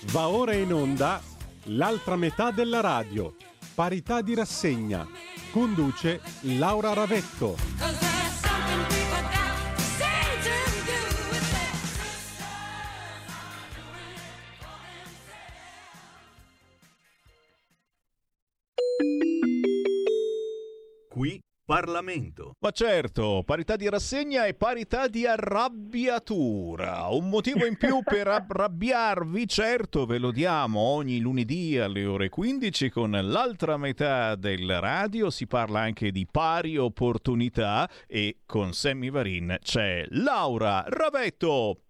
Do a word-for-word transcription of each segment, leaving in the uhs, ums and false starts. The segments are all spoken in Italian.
Va ora in onda l'altra metà della radio, parità di rassegna. Conduce Laura Ravetto. Qui Parlamento. Ma certo, parità di rassegna e parità di arrabbiatura. Un motivo in più per arrabbiarvi, certo, ve lo diamo ogni lunedì alle ore quindici con l'altra metà del radio. Si parla anche di pari opportunità e con Sammy Varin c'è Laura Ravetto.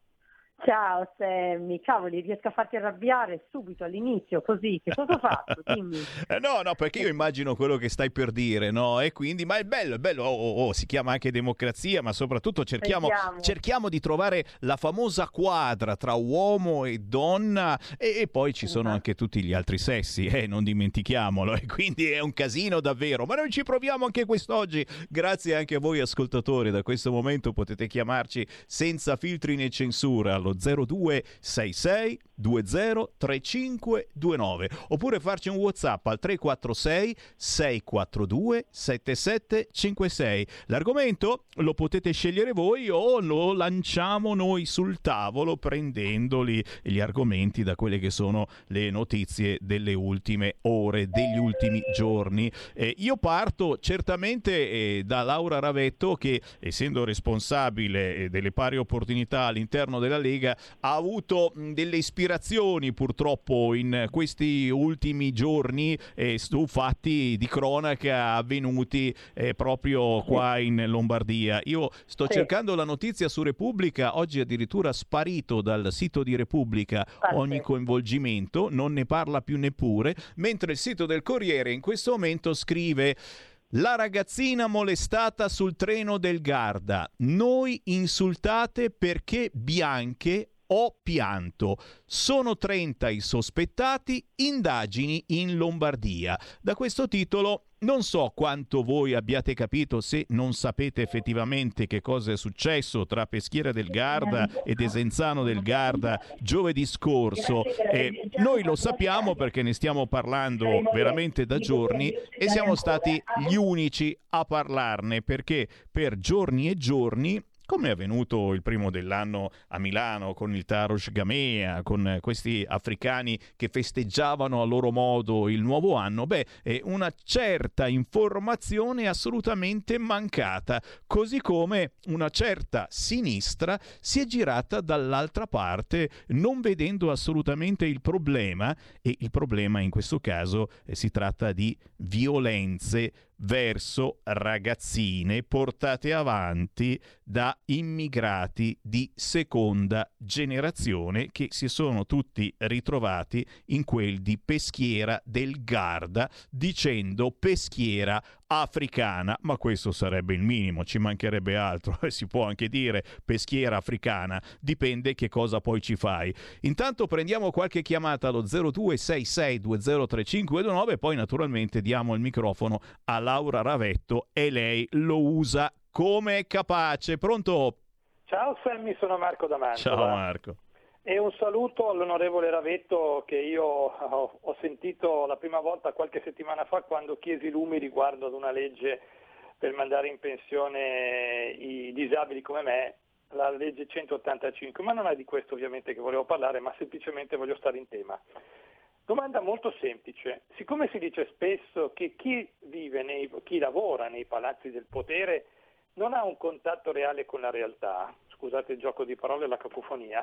Ciao Sammy, cavoli, riesco a farti arrabbiare subito all'inizio, così, che cosa ho fatto? Dimmi. Eh no, no, perché io immagino quello che stai per dire, no? E quindi, ma è bello, è bello, oh, oh, oh, si chiama anche democrazia, ma soprattutto cerchiamo, cerchiamo di trovare la famosa quadra tra uomo e donna e, e poi ci sono anche tutti gli altri sessi, eh, non dimentichiamolo, e quindi è un casino davvero, ma noi ci proviamo anche quest'oggi, grazie anche a voi ascoltatori, da questo momento potete chiamarci senza filtri né censura allo zero due sei sei due zero tre cinque due nove oppure farci un WhatsApp al tre quattro sei sei quattro due sette sette cinque sei. L'argomento lo potete scegliere voi o lo lanciamo noi sul tavolo prendendoli gli argomenti da quelle che sono le notizie delle ultime ore, degli ultimi giorni. Eh, io parto certamente eh, da Laura Ravetto che, essendo responsabile eh, delle pari opportunità all'interno della Lega, ha avuto mh, delle ispirazioni purtroppo in questi ultimi giorni eh, su fatti di cronaca avvenuti eh, proprio qua in Lombardia. Io sto sì. cercando la notizia su Repubblica, oggi addirittura sparito dal sito di Repubblica ogni coinvolgimento, non ne parla più neppure, mentre il sito del Corriere in questo momento scrive: la ragazzina molestata sul treno del Garda. Noi insultate perché bianche, ho pianto. Sono trenta i sospettati, indagini in Lombardia. Da questo titolo non so quanto voi abbiate capito, se non sapete effettivamente che cosa è successo tra Peschiera del Garda e Desenzano del Garda giovedì scorso. Eh, noi lo sappiamo perché ne stiamo parlando veramente da giorni e siamo stati gli unici a parlarne, perché per giorni e giorni, come è avvenuto il primo dell'anno a Milano con il Tarosh Gamea, con questi africani che festeggiavano a loro modo il nuovo anno, beh, è una certa informazione assolutamente mancata, così come una certa sinistra si è girata dall'altra parte non vedendo assolutamente il problema, e il problema in questo caso eh, si tratta di violenze verso ragazzine portate avanti da immigrati di seconda generazione che si sono tutti ritrovati in quel di Peschiera del Garda dicendo peschiera africana, ma questo sarebbe il minimo, ci mancherebbe altro, si può anche dire peschiera africana, dipende che cosa poi ci fai. Intanto prendiamo qualche chiamata allo zero due sei sei due zero tre cinque due nove e poi naturalmente diamo il microfono a Laura Ravetto e lei lo usa come è capace. Pronto? Ciao Sammy, sono Marco da Mantova. Ciao Marco. E un saluto all'onorevole Ravetto che io ho, ho sentito la prima volta qualche settimana fa quando chiesi lumi riguardo ad una legge per mandare in pensione i disabili come me, la legge centottantacinque, ma non è di questo ovviamente che volevo parlare, ma semplicemente voglio stare in tema. Domanda molto semplice: siccome si dice spesso che chi vive nei, chi lavora nei palazzi del potere non ha un contatto reale con la realtà, scusate il gioco di parole e la cacofonia,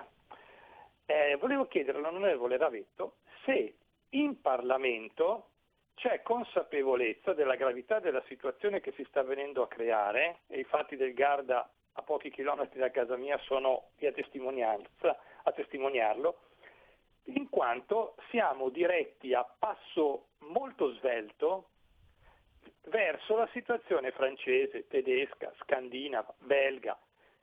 eh, volevo chiedere all'onorevole Ravetto se in Parlamento c'è consapevolezza della gravità della situazione che si sta venendo a creare, e i fatti del Garda a pochi chilometri da casa mia sono a testimonianza, a testimoniarlo, in quanto siamo diretti a passo molto svelto verso la situazione francese, tedesca, scandinava, belga.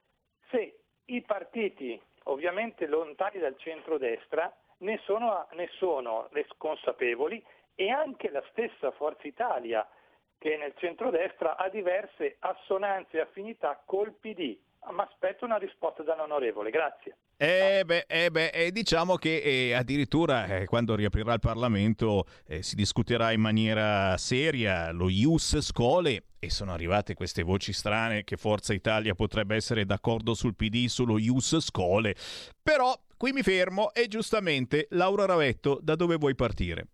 Se i partiti, ovviamente lontani dal centrodestra, ne sono, ne sono consapevoli, e anche la stessa Forza Italia, che nel centrodestra ha diverse assonanze e affinità col P D. Ma aspetto una risposta dall'onorevole, grazie. Eh beh, eh beh eh, diciamo che eh, addirittura eh, quando riaprirà il Parlamento eh, si discuterà in maniera seria lo Ius Scholae, e sono arrivate queste voci strane che Forza Italia potrebbe essere d'accordo sul P D sullo Ius Scholae. Però qui mi fermo e giustamente, Laura Ravetto, da dove vuoi partire?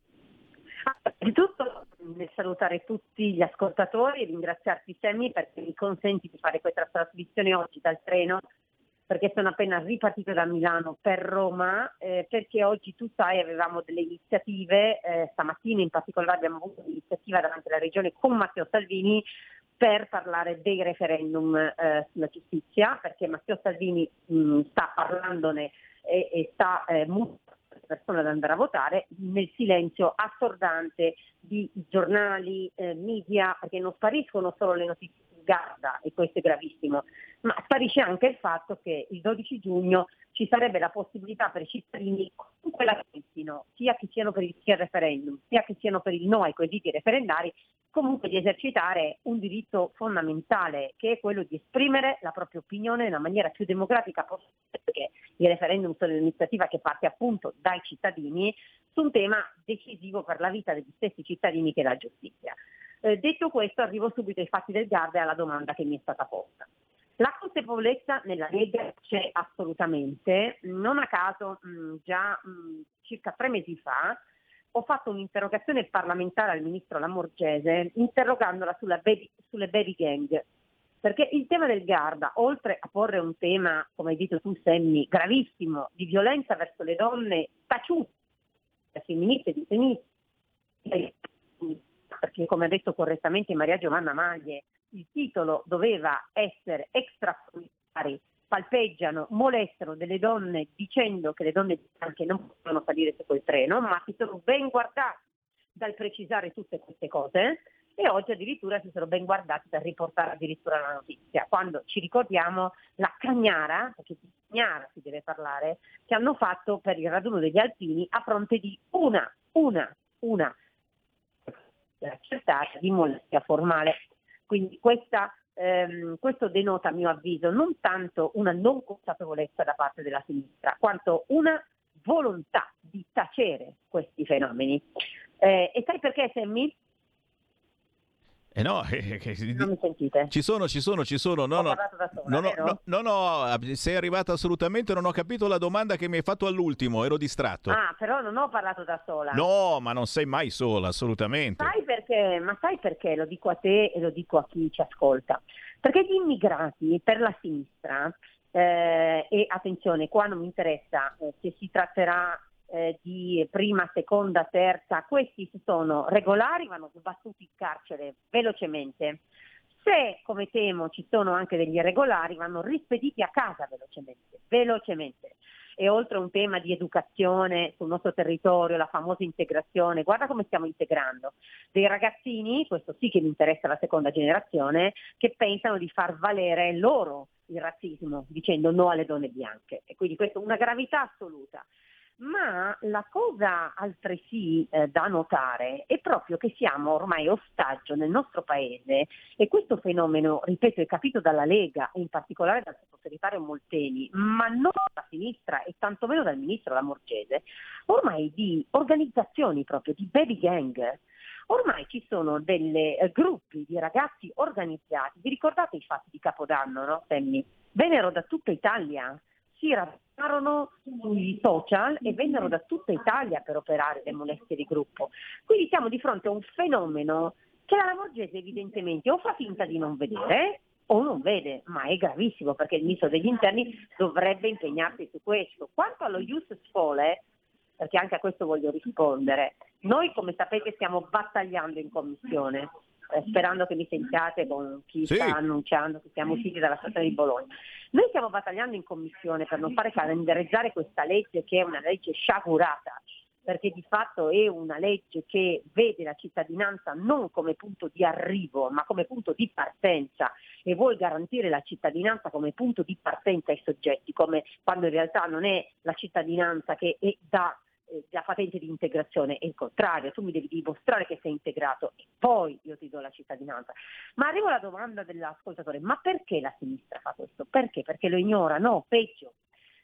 Di tutto nel salutare tutti gli ascoltatori e ringraziarti Sammy perché mi consenti di fare questa trasmissione oggi dal treno, perché sono appena ripartito da Milano per Roma, eh, perché oggi tu sai avevamo delle iniziative, eh, stamattina in particolare abbiamo avuto un'iniziativa davanti alla Regione con Matteo Salvini per parlare dei referendum eh, sulla giustizia, perché Matteo Salvini mh, sta parlandone e, e sta eh, mutando le persone ad andare a votare nel silenzio assordante di giornali, eh, media, perché non spariscono solo le notizie su Garda, e questo è gravissimo, ma sparisce anche il fatto che il dodici giugno ci sarebbe la possibilità per i cittadini, comunque la pensino, sia che siano per il sì al referendum, sia che siano per il no ai quesiti referendari, comunque di esercitare un diritto fondamentale, che è quello di esprimere la propria opinione nella maniera più democratica possibile, perché i referendum sono un'iniziativa che parte appunto dai cittadini su un tema decisivo per la vita degli stessi cittadini, che è la giustizia. Eh, detto questo, arrivo subito ai fatti del Garda e alla domanda che mi è stata posta. La consapevolezza nella Lega c'è assolutamente, non a caso mh, già mh, circa tre mesi fa ho fatto un'interrogazione parlamentare al ministro Lamorgese interrogandola sulla baby, sulle baby gang, perché il tema del Garda, oltre a porre un tema, come hai detto tu Sammy, gravissimo, di violenza verso le donne taciute, femministe e di sinistra, perché come ha detto correttamente Maria Giovanna Maglie, il titolo doveva essere extracomunitari, palpeggiano, molestano delle donne dicendo che le donne anche non possono salire su quel treno, ma si sono ben guardati dal precisare tutte queste cose, e oggi addirittura si sono ben guardati dal riportare addirittura la notizia, quando ci ricordiamo la cagnara, perché di cagnara si deve parlare, che hanno fatto per il raduno degli alpini a fronte di una, una, una accertata di molestia formale. Quindi questa, ehm, questo denota, a mio avviso, non tanto una non consapevolezza da parte della sinistra, quanto una volontà di tacere questi fenomeni. Eh, e sai perché, Sammy? Eh no, eh, che, Non mi sentite? Ci sono, ci sono, ci sono. No, Ho no, parlato da sola, no, no, vero? no, no, no, sei arrivata assolutamente, non ho capito la domanda che mi hai fatto all'ultimo, ero distratto. Ah, però non ho parlato da sola. No, ma non sei mai sola, assolutamente. Sai perché? Ma sai perché? Lo dico a te e lo dico a chi ci ascolta. Perché gli immigrati per la sinistra, eh, e attenzione, qua non mi interessa eh, se si tratterà eh, di prima, seconda, terza, questi sono regolari, vanno sbattuti in carcere velocemente. Se, come temo, ci sono anche degli irregolari, vanno rispediti a casa velocemente, velocemente. E oltre a un tema di educazione sul nostro territorio, la famosa integrazione, guarda come stiamo integrando dei ragazzini, questo sì che mi interessa la seconda generazione, che pensano di far valere loro il razzismo dicendo no alle donne bianche, e quindi questa è una gravità assoluta. Ma la cosa altresì eh, da notare è proprio che siamo ormai ostaggio nel nostro paese, e questo fenomeno, ripeto, è capito dalla Lega e in particolare dal sottosegretario Molteni, ma non dalla sinistra e tantomeno dal ministro Lamorgese, ormai di organizzazioni proprio, di baby gang. Ormai ci sono dei eh, gruppi di ragazzi organizzati, vi ricordate i fatti di Capodanno, no Sammy? Vennero da tutta Italia, si radunarono sui social e vennero da tutta Italia per operare le molestie di gruppo. Quindi siamo di fronte a un fenomeno che la Lamorgese evidentemente o fa finta di non vedere o non vede, ma è gravissimo perché il ministro degli interni dovrebbe impegnarsi su questo. Quanto allo Ius Scholae, perché anche a questo voglio rispondere, noi come sapete stiamo battagliando in commissione, eh, sperando che mi sentiate con chi Sì. sta annunciando che siamo usciti dalla stazione di Bologna. Noi stiamo battagliando in commissione per non fare calendarizzare questa legge, che è una legge sciagurata, perché di fatto è una legge che vede la cittadinanza non come punto di arrivo, ma come punto di partenza, e vuol garantire la cittadinanza come punto di partenza ai soggetti, come quando in realtà non è la cittadinanza che è da la patente di integrazione, è il contrario, tu mi devi dimostrare che sei integrato e poi io ti do la cittadinanza. Ma arrivo alla domanda dell'ascoltatore, ma perché la sinistra fa questo? Perché? Perché lo ignora? No, peggio,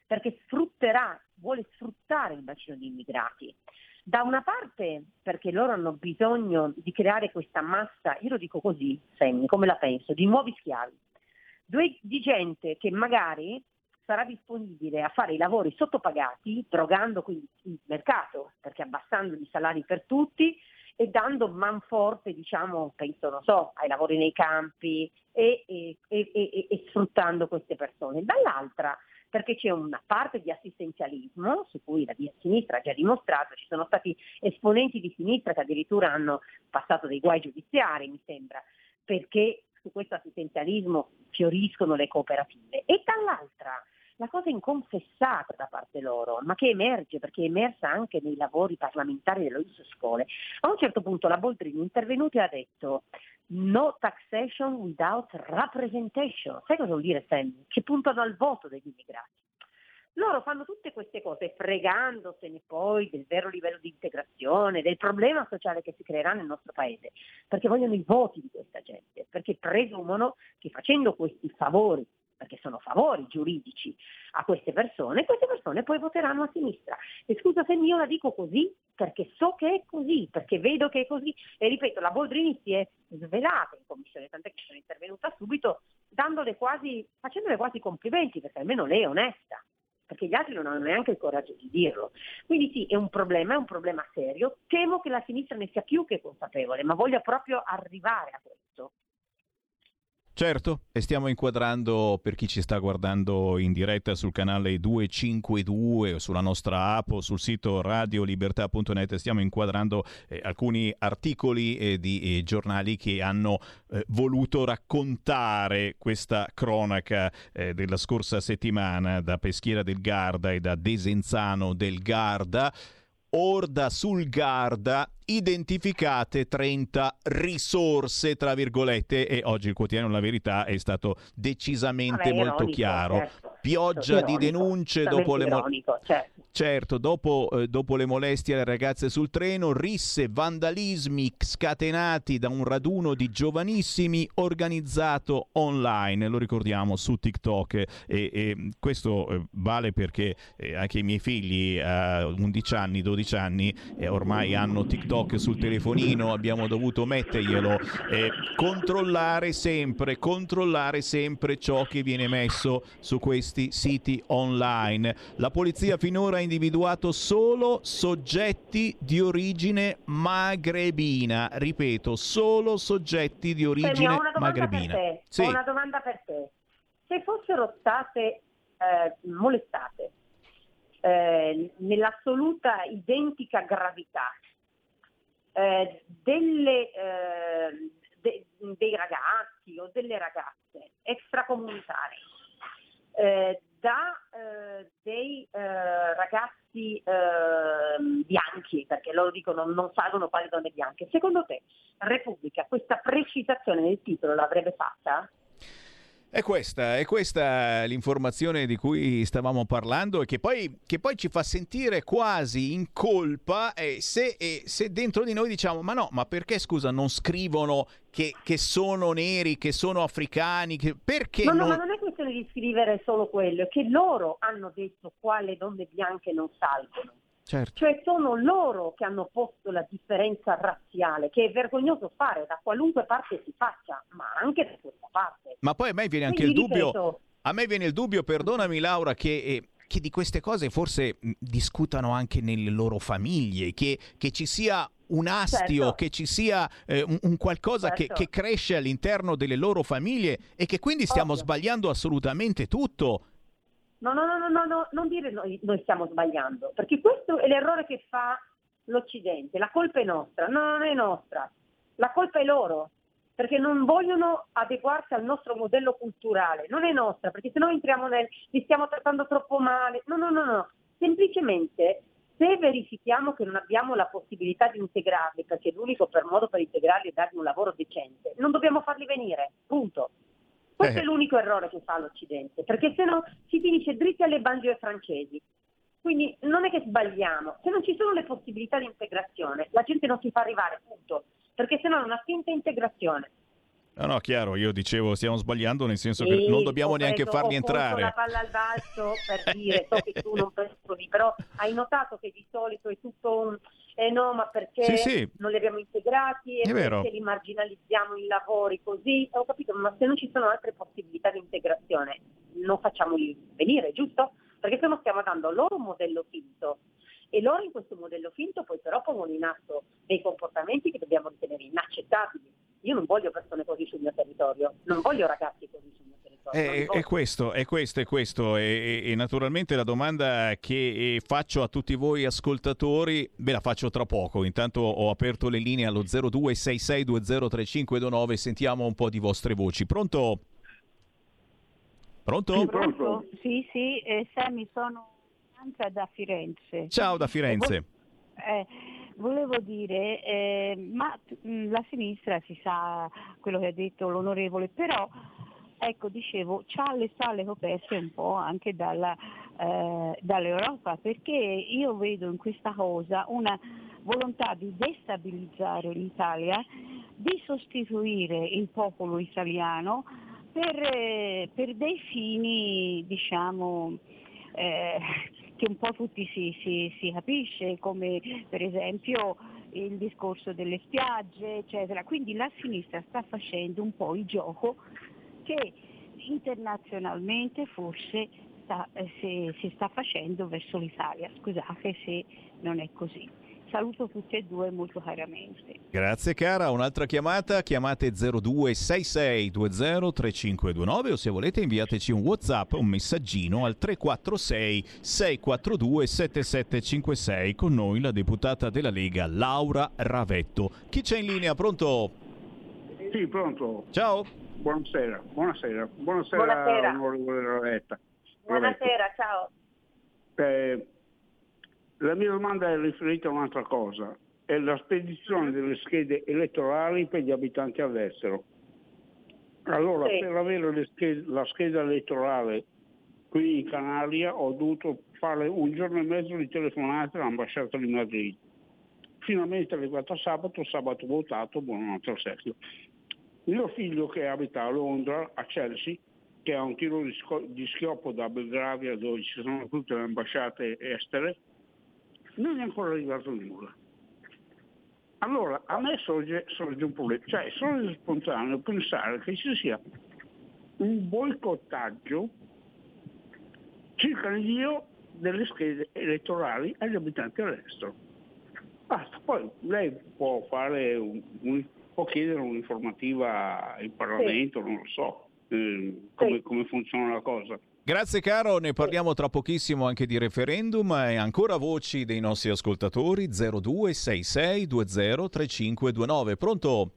perché sfrutterà, vuole sfruttare il bacino di immigrati. Da una parte perché loro hanno bisogno di creare questa massa, io lo dico così, Sammy, come la penso, di nuovi schiavi, Due, di gente che magari sarà disponibile a fare i lavori sottopagati, drogando quindi il mercato, perché abbassando i salari per tutti e dando manforte, diciamo, penso, non so, ai lavori nei campi e, e, e, e, e sfruttando queste persone. Dall'altra perché c'è una parte di assistenzialismo su cui la via sinistra ha già dimostrato, ci sono stati esponenti di sinistra che addirittura hanno passato dei guai giudiziari, mi sembra, perché su questo assistenzialismo fioriscono le cooperative. E dall'altra la cosa inconfessata da parte loro, ma che emerge perché è emersa anche nei lavori parlamentari delle scuole. A un certo punto la Boldrini è intervenuta e ha detto no taxation without representation. Sai cosa vuol dire, Sam? Che puntano al voto degli immigrati. Loro fanno tutte queste cose fregandosene poi del vero livello di integrazione, del problema sociale che si creerà nel nostro paese, perché vogliono i voti di questa gente, perché presumono che facendo questi favori, perché sono favori giuridici a queste persone, queste persone poi voteranno a sinistra. E scusa se io la dico così, perché so che è così, perché vedo che è così. E ripeto, la Boldrini si è svelata in commissione, tant'è che sono intervenuta subito, dandole quasi, facendole quasi complimenti, perché almeno lei è onesta, perché gli altri non hanno neanche il coraggio di dirlo. Quindi sì, è un problema, è un problema serio. Temo che la sinistra ne sia più che consapevole, ma voglia proprio arrivare a questo. Certo, e stiamo inquadrando, per chi ci sta guardando in diretta sul canale duecentocinquantadue, sulla nostra app o sul sito radio libertà punto net, stiamo inquadrando eh, alcuni articoli eh, di eh, giornali che hanno eh, voluto raccontare questa cronaca eh, della scorsa settimana da Peschiera del Garda e da Desenzano del Garda. Orda sul Garda, identificate trenta risorse, tra virgolette, e oggi il quotidiano La Verità è stato decisamente Vabbè, molto ironico, chiaro. certo. Pioggia Ironico, di denunce dopo le, mo- ironico, certo. Certo, dopo, eh, dopo le molestie alle ragazze sul treno, risse, vandalismi scatenati da un raduno di giovanissimi organizzato online, lo ricordiamo su TikTok, e, e questo eh, vale perché eh, anche i miei figli a undici anni, dodici anni eh, ormai hanno TikTok sul telefonino, abbiamo dovuto metterglielo, eh, controllare sempre, controllare sempre ciò che viene messo su questi siti online. La polizia finora ha individuato solo soggetti di origine magrebina, ripeto, solo soggetti di origine Senti, ho una domanda magrebina. per te. Sì. Ho una domanda per te. Se fossero state eh, molestate eh, nell'assoluta identica gravità eh, delle, eh, de, dei ragazzi o delle ragazze extracomunitari eh, da eh, dei eh, ragazzi eh, bianchi, perché loro dicono non salgono quali donne bianche, secondo te Repubblica questa precisazione nel titolo l'avrebbe fatta? È questa, è questa l'informazione di cui stavamo parlando e che poi, che poi ci fa sentire quasi in colpa eh, se, eh, se dentro di noi diciamo ma no, ma perché scusa non scrivono che, che sono neri, che sono africani, che, perché no, no, non... ma non è questione di scrivere solo quello, è che loro hanno detto quale donne bianche non salgono. Certo. Cioè sono loro che hanno posto la differenza razziale, che è vergognoso fare da qualunque parte si faccia, ma anche da questa parte. Ma poi a me viene anche Quindi, il dubbio, ripeto, a me viene il dubbio, perdonami Laura, che, eh, che di queste cose forse mh, discutano anche nelle loro famiglie, che, che ci sia un astio, certo. che ci sia eh, un, un qualcosa certo. che, che cresce all'interno delle loro famiglie e che quindi stiamo Ovvio. sbagliando assolutamente tutto. No, no, no, no, no, no, non dire noi, noi stiamo sbagliando, perché questo è l'errore che fa l'Occidente, la colpa è nostra, no, non è nostra, la colpa è loro, perché non vogliono adeguarsi al nostro modello culturale, non è nostra, perché se noi entriamo nel, li stiamo trattando troppo male, no, no, no, no, semplicemente se verifichiamo che non abbiamo la possibilità di integrarli, perché l'unico per modo per integrarli è dargli un lavoro decente, non dobbiamo farli venire, punto. Questo Eh. è l'unico errore che fa l'Occidente, perché se no si finisce dritti alle banlieue francesi. Quindi non è che sbagliamo, se non ci sono le possibilità di integrazione, la gente non si fa arrivare, punto, perché se no è una finta integrazione. No, no, chiaro, io dicevo stiamo sbagliando nel senso sì, che non dobbiamo ho neanche preso, farli ho entrare. la palla al balzo per dire, so che tu non pensi così, però hai notato che di solito è tutto un eh no, ma perché sì, sì. non li abbiamo integrati e È vero. perché li marginalizziamo in lavori così, ho capito, ma se non ci sono altre possibilità di integrazione non facciamoli venire, giusto? Perché se no stiamo dando loro un modello finto e loro in questo modello finto poi però pongono in atto dei comportamenti che dobbiamo ritenere inaccettabili. Io non voglio persone così sul mio territorio, non voglio ragazzi così sul mio territorio. È, è questo, è questo, è questo e, e, e naturalmente la domanda che faccio a tutti voi ascoltatori ve la faccio tra poco. Intanto ho aperto le linee allo zero due sei sei due zero tre cinque due nove, sentiamo un po' di vostre voci. Pronto? Pronto? Sì, pronto? Sì, sì, eh, Sammy, sono Bianca da Firenze. Ciao da Firenze. Eh, volevo dire, eh, ma mh, la sinistra si sa quello che ha detto l'onorevole, però ecco, dicevo, c'ha le spalle coperte un po' anche dalla, eh, dall'Europa, perché io vedo in questa cosa una volontà di destabilizzare l'Italia, di sostituire il popolo italiano per, eh, per dei fini, diciamo, eh, che un po' tutti si, si, si capisce, come per esempio il discorso delle spiagge, eccetera. Quindi la sinistra sta facendo un po' il gioco che internazionalmente forse sta, eh, si, si sta facendo verso l'Italia. Scusate se non è così. Saluto tutti e due molto caramente. Grazie cara, un'altra chiamata, chiamate zero due sei sei due zero tre cinque due nove o se volete inviateci un WhatsApp, un messaggino al tre quattro sei sei quattro due sette sette cinque sei, con noi la deputata della Lega Laura Ravetto. Chi c'è in linea? Pronto? Sì, pronto. Ciao. Buonasera, buonasera, buonasera, Buonasera. onorevole Ravetta. Buonasera, ciao. Eh, la mia domanda è riferita a un'altra cosa, è la spedizione delle schede elettorali per gli abitanti all'estero. Allora, Sì. per avere le schede, la scheda elettorale qui in Canaria ho dovuto fare un giorno e mezzo di telefonate all'ambasciata di Madrid. Finalmente è arrivato sabato, sabato votato, buonanotte al secchio. Mio figlio che abita a Londra, a Chelsea, che ha un tiro di, sco- di schioppo da Belgravia dove ci sono tutte le ambasciate estere, non è ancora arrivato nulla. Allora, a me sorge, sorge un problema, cioè sorge spontaneo pensare che ci sia un boicottaggio circa l'invio delle schede elettorali agli abitanti all'estero. Basta, poi lei può fare un, un, può chiedere un'informativa in Parlamento, sì. Non lo so eh, come, sì. come funziona la cosa. Grazie caro, ne parliamo tra pochissimo anche di referendum e ancora voci dei nostri ascoltatori zero due sei sei due zero tre cinque due nove. Pronto?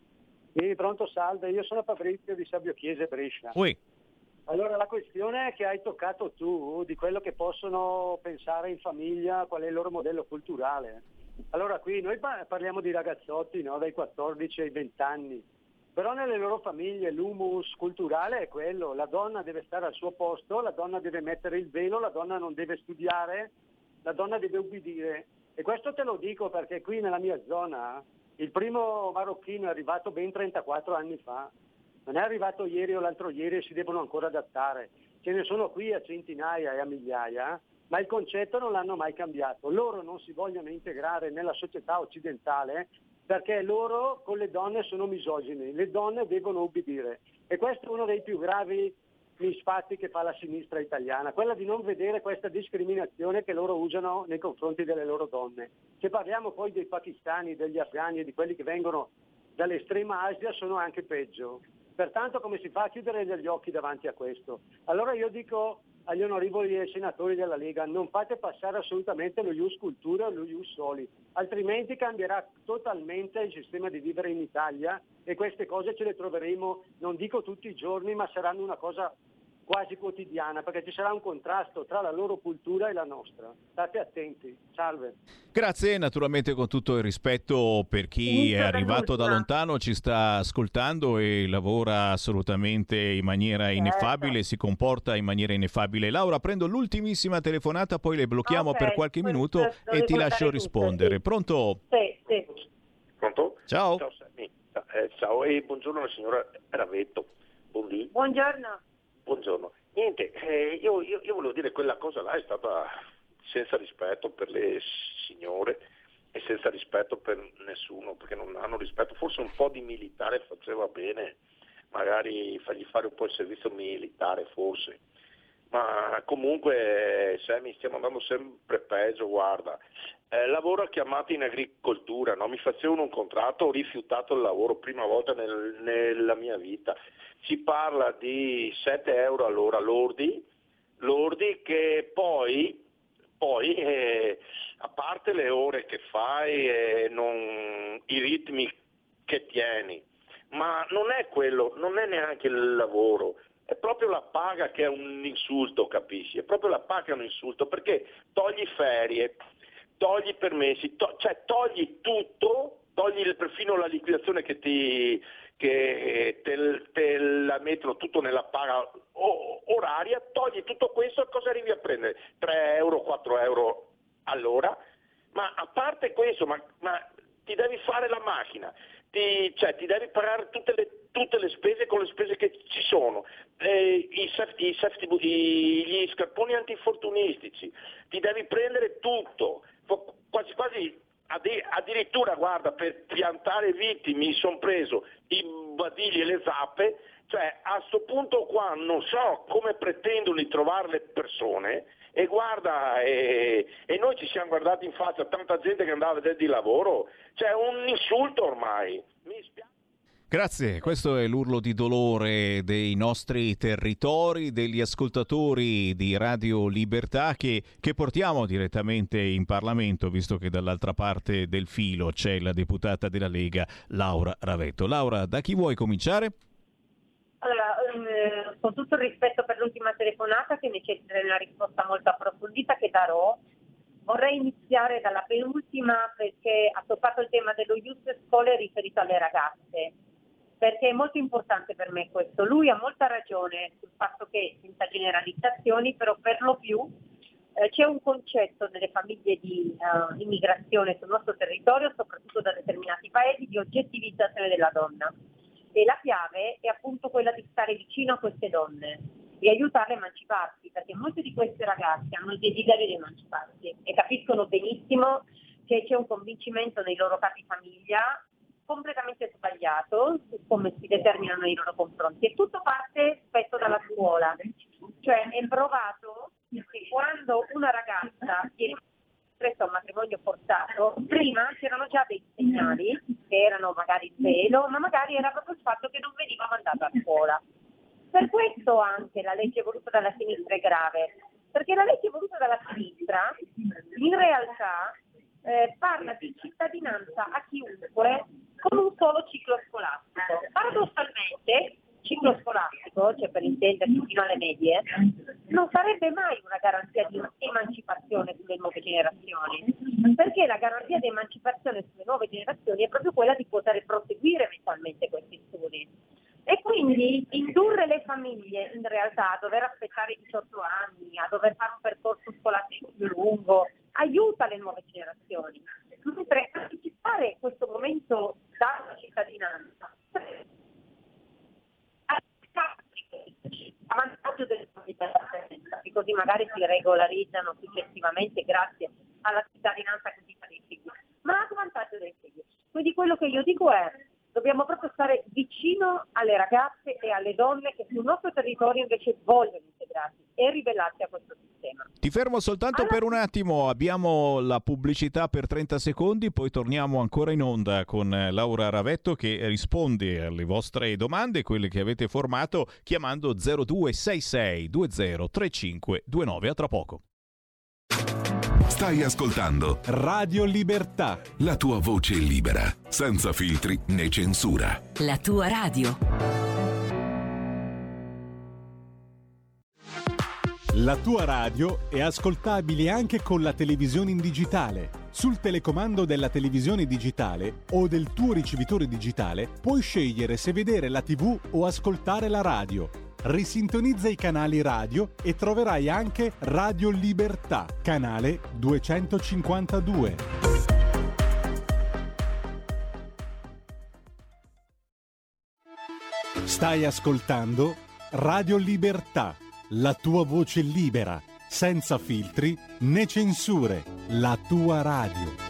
Sì, pronto, salve, io sono Fabrizio di Sabio Chiese, Brescia. Ui. Allora la questione che hai toccato tu, di quello che possono pensare in famiglia, qual è il loro modello culturale. Allora qui noi parliamo di ragazzotti, no, dai quattordici ai venti anni. Però nelle loro famiglie l'humus culturale è quello, la donna deve stare al suo posto, la donna deve mettere il velo, la donna non deve studiare, la donna deve ubbidire. E questo te lo dico perché qui nella mia zona il primo marocchino è arrivato ben trentaquattro anni fa, non è arrivato ieri o l'altro ieri e si devono ancora adattare. Ce ne sono qui a centinaia e a migliaia, ma il concetto non l'hanno mai cambiato. Loro non si vogliono integrare nella società occidentale perché loro con le donne sono misogini, le donne devono ubbidire. E questo è uno dei più gravi misfatti che fa la sinistra italiana, quella di non vedere questa discriminazione che loro usano nei confronti delle loro donne. Se parliamo poi dei pakistani, degli afghani e di quelli che vengono dall'estrema Asia, sono anche peggio. Pertanto come si fa a chiudere gli occhi davanti a questo? Allora io dico agli onorevoli senatori della Lega, non fate passare assolutamente lo ius cultura e lo ius soli, altrimenti cambierà totalmente il sistema di vivere in Italia e queste cose ce le troveremo, non dico tutti i giorni, ma saranno una cosa quasi quotidiana, perché ci sarà un contrasto tra la loro cultura e la nostra. State attenti. Salve. Grazie, naturalmente con tutto il rispetto per chi è arrivato da lontano, ci sta ascoltando e lavora assolutamente in maniera ineffabile, si comporta in maniera ineffabile. Laura, prendo l'ultimissima telefonata, poi le blocchiamo okay, per qualche minuto e ti lascio rispondere. Sì. Pronto? Sì, sì. Pronto? Ciao. Ciao Sammy. Eh, ciao e buongiorno alla signora Ravetto. Buondì. Buongiorno. Buongiorno. Niente, eh, io, io, io volevo dire quella cosa là è stata senza rispetto per le signore e senza rispetto per nessuno, perché non hanno rispetto. Forse un po' di militare faceva bene, magari fargli fare un po' il servizio militare forse. Ma comunque Sammy, stiamo andando sempre peggio, guarda. Eh, lavoro a chiamata in agricoltura, no? Mi facevano un contratto, ho rifiutato il lavoro prima volta nel, nella mia vita. Si parla di sette euro all'ora lordi, lordi che poi, poi eh, a parte le ore che fai e non, i ritmi che tieni, ma non è quello, non è neanche il lavoro. È proprio la paga che è un insulto, capisci? È proprio la paga che è un insulto, perché togli ferie, togli permessi, to- cioè togli tutto, togli perfino la liquidazione che ti che te, te la mettono tutto nella paga o- oraria, togli tutto questo e cosa arrivi a prendere? tre euro, quattro euro all'ora? Ma a parte questo, ma, ma ti devi fare la macchina, ti, cioè, ti devi pagare tutte le, tutte le spese con le spese che ci sono, eh, i safety, i safety, i, gli scarponi antinfortunistici, ti devi prendere tutto, quasi quasi addirittura guarda, per piantare viti mi sono preso i badili e le zappe, cioè a sto punto qua non so come pretendono di trovare le persone. E guarda, e, e noi ci siamo guardati in faccia, tanta gente che andava a vedere di lavoro, cioè un insulto ormai. Mi spiace. Grazie, questo è l'urlo di dolore dei nostri territori, degli ascoltatori di Radio Libertà che, che portiamo direttamente in Parlamento, visto che dall'altra parte del filo c'è la deputata della Lega Laura Ravetto. Laura, da chi vuoi cominciare? Allora, um, con tutto il rispetto per l'ultima telefonata che necessita di una risposta molto approfondita che darò, vorrei iniziare dalla penultima perché ha toccato il tema dello youth scholar riferito alle ragazze, perché è molto importante per me questo. Lui ha molta ragione sul fatto che, senza generalizzazioni, però per lo più eh, c'è un concetto nelle famiglie di uh, immigrazione sul nostro territorio, soprattutto da determinati paesi, di oggettivizzazione della donna. E la chiave è appunto quella di stare vicino a queste donne, di aiutarle a emanciparsi, perché molte di queste ragazze hanno il desiderio di emanciparsi e capiscono benissimo che c'è un convincimento nei loro capi famiglia completamente sbagliato su come si determinano i loro confronti. E tutto parte spesso dalla scuola, cioè è provato che quando una ragazza viene a un matrimonio forzato, prima c'erano già dei segnali che erano magari il velo, ma magari era proprio il fatto che non veniva mandata a scuola. Per questo anche la legge voluta dalla sinistra è grave, perché la legge voluta dalla sinistra in realtà eh, parla di cittadinanza a chiunque con un solo ciclo scolastico. Paradossalmente ciclo scolastico, cioè per intenderci fino alle medie, non sarebbe mai una garanzia di emancipazione sulle nuove generazioni, perché la garanzia di emancipazione sulle nuove generazioni è proprio quella di poter proseguire mentalmente questi studi. E quindi indurre le famiglie in realtà a dover aspettare diciotto anni, a dover fare un percorso scolastico più lungo, aiuta le nuove generazioni. Mentre anticipare questo momento dalla cittadinanza a vantaggio delle famiglie, così magari si regolarizzano successivamente grazie alla cittadinanza che si fa dei figli, ma a vantaggio dei figli. Quindi quello che io dico è: dobbiamo proprio stare vicino alle ragazze e alle donne che sul nostro territorio invece vogliono integrarsi e ribellarsi a questo sistema. Ti fermo soltanto allora... per un attimo, abbiamo la pubblicità per trenta secondi, poi torniamo ancora in onda con Laura Ravetto che risponde alle vostre domande, quelle che avete formato, chiamando zero due sei sei due zero tre cinque due nove. A tra poco. Stai ascoltando Radio Libertà, la tua voce libera, senza filtri né censura. La tua radio. La tua radio è ascoltabile anche con la televisione in digitale. Sul telecomando della televisione digitale o del tuo ricevitore digitale puoi scegliere se vedere la tivù o ascoltare la radio. Risintonizza i canali radio e troverai anche Radio Libertà, canale duecentocinquantadue. Stai ascoltando Radio Libertà, la tua voce libera, senza filtri né censure, la tua radio.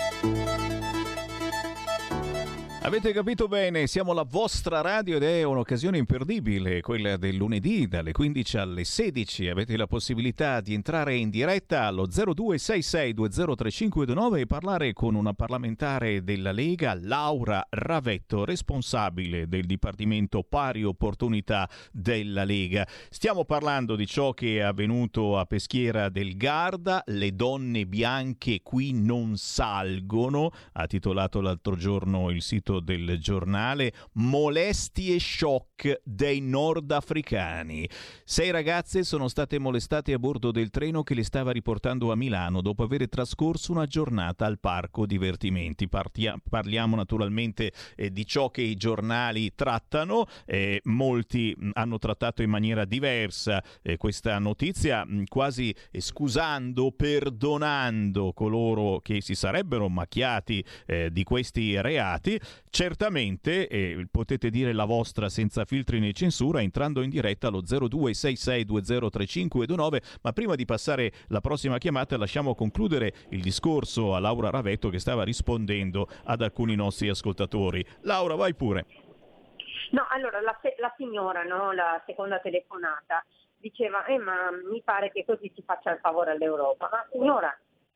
Avete capito bene, siamo la vostra radio ed è un'occasione imperdibile, quella del lunedì dalle quindici alle sedici. Avete la possibilità di entrare in diretta allo zero due sei sei due zero tre cinque due nove e parlare con una parlamentare della Lega, Laura Ravetto, responsabile del Dipartimento Pari Opportunità della Lega. Stiamo parlando di ciò che è avvenuto a Peschiera del Garda, le donne bianche qui non salgono, ha titolato l'altro giorno il sito del giornale, molestie shock dei nordafricani. Sei ragazze sono state molestate a bordo del treno che le stava riportando a Milano dopo aver trascorso una giornata al parco divertimenti. Partia- parliamo naturalmente eh, di ciò che i giornali trattano, eh, molti mh, hanno trattato in maniera diversa eh, questa notizia, mh, quasi eh, scusando, perdonando coloro che si sarebbero macchiati eh, di questi reati. Certamente eh, potete dire la vostra senza filtri né censura entrando in diretta allo zero due sei sei due zero tre cinque due nove, ma prima di passare la prossima chiamata lasciamo concludere il discorso a Laura Ravetto che stava rispondendo ad alcuni nostri ascoltatori. Laura, vai pure. No, allora la, la signora, no, la seconda telefonata, diceva eh ma mi pare che così si faccia il favore all'Europa. Ma signora,